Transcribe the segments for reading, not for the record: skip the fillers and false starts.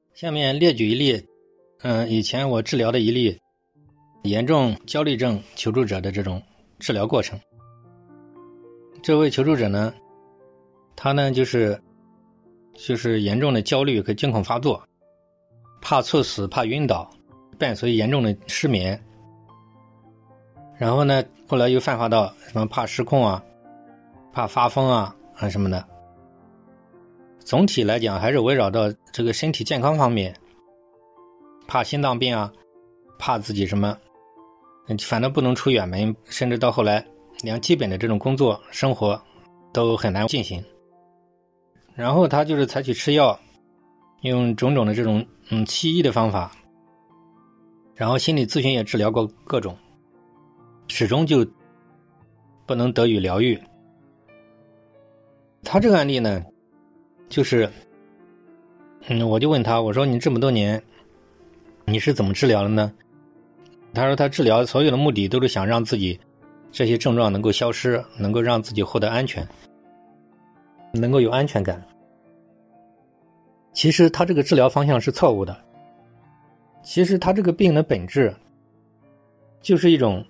下面列举一例，以前我治疗的一例严重焦虑症求助者的这种治疗过程。这位求助者呢，他呢就是严重的焦虑和惊恐发作，怕猝死，怕晕倒，伴随严重的失眠。然后呢，后来又泛化到什么怕失控啊，怕发疯啊什么的。总体来讲还是围绕到这个身体健康方面，怕心脏病啊，怕自己什么，反正不能出远门，甚至到后来连基本的这种工作生活都很难进行。然后他就是采取吃药，用种种的这种西医的方法，然后心理咨询也治疗过各种，始终就不能得以疗愈。他这个案例呢，就是我就问他，我说你这么多年你是怎么治疗的呢？他说他治疗所有的目的都是想让自己这些症状能够消失，能够让自己获得安全，能够有安全感。其实他这个治疗方向是错误的。其实他这个病的本质就是一种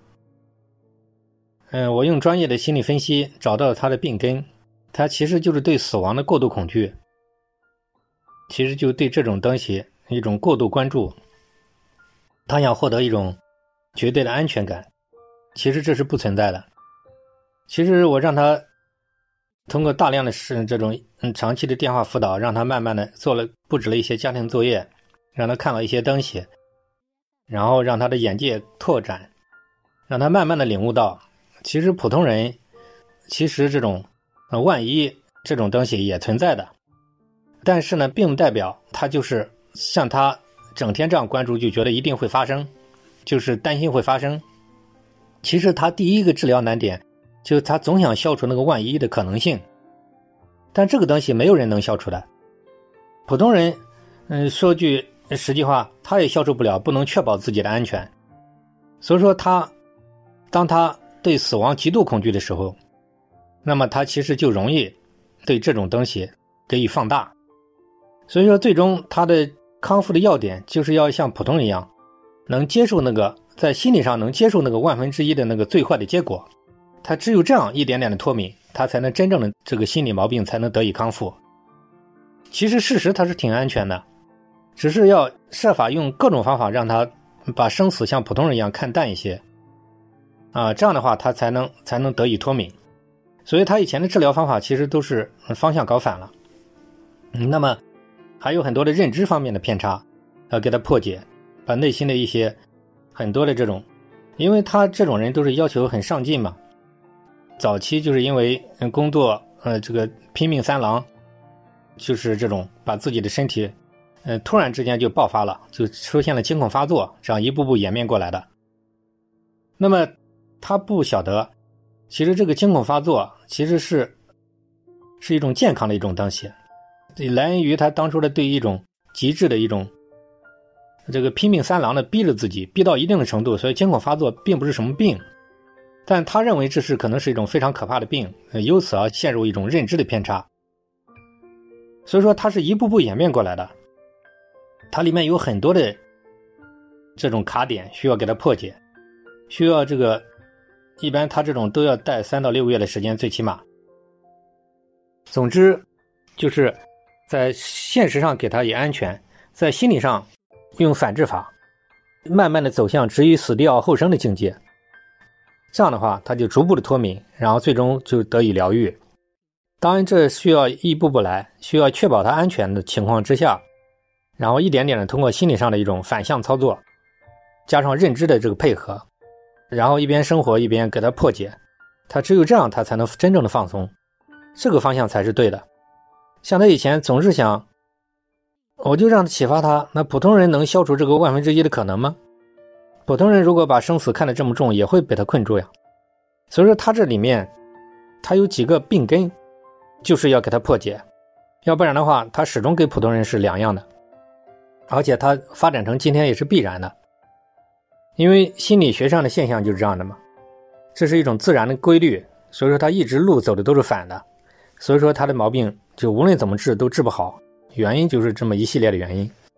我用专业的心理分析找到他的病根，他其实就是对死亡的过度恐惧，其实就对这种东西一种过度关注，他想获得一种绝对的安全感，其实这是不存在的。其实我让他通过大量的这种长期的电话辅导，让他慢慢的布置了一些家庭作业，让他看了一些东西，然后让他的眼界拓展，让他慢慢的领悟到，其实普通人其实这种万一这种东西也存在的，但是呢并不代表他就是像他整天这样关注就觉得一定会发生，就是担心会发生。其实他第一个治疗难点就是他总想消除那个万一的可能性，但这个东西没有人能消除的。普通人说句实际话，他也消除不了，不能确保自己的安全。所以说当他对死亡极度恐惧的时候，那么他其实就容易对这种东西给予放大。所以说最终他的康复的要点就是要像普通人一样，能接受那个在心理上能接受那个1/1000的那个最坏的结果。他只有这样一点点的脱敏，他才能真正的这个心理毛病才能得以康复。其实事实他是挺安全的，只是要设法用各种方法让他把生死像普通人一样看淡一些这样的话他才能得以脱敏。所以他以前的治疗方法其实都是方向搞反了。那么还有很多的认知方面的偏差要给他破解，把内心的一些很多的这种，因为他这种人都是要求很上进嘛，早期就是因为工作这个拼命三郎，就是这种把自己的身体突然之间就爆发了，就出现了惊恐发作，这样一步步演变过来的。那么他不晓得其实这个惊恐发作其实是一种健康的一种东西，来源于他当初的对一种极致的一种这个拼命三郎的逼着自己，逼到一定的程度，所以惊恐发作并不是什么病，但他认为这可能是一种非常可怕的病，由此而陷入一种认知的偏差。所以说他是一步步演变过来的，它里面有很多的这种卡点需要给他破解，需要这个一般他这种都要带3到6个月的时间最起码。总之就是在现实上给他以安全，在心理上用反制法，慢慢的走向置于死地而后生的境界。这样的话他就逐步的脱敏，然后最终就得以疗愈。当然这需要一步步来，需要确保他安全的情况之下，然后一点点的通过心理上的一种反向操作，加上认知的这个配合，然后一边生活一边给他破解，他只有这样他才能真正的放松，这个方向才是对的。像他以前总是想，我就让他启发他，那普通人能消除这个1/1000的可能吗？普通人如果把生死看得这么重，也会被他困住呀。所以说他这里面他有几个病根，就是要给他破解，要不然的话他始终跟普通人是两样的，而且他发展成今天也是必然的。因为心理学上的现象就是这样的嘛，这是一种自然的规律，所以说他一直路走的都是反的，所以说他的毛病就无论怎么治都治不好，原因就是这么一系列的原因。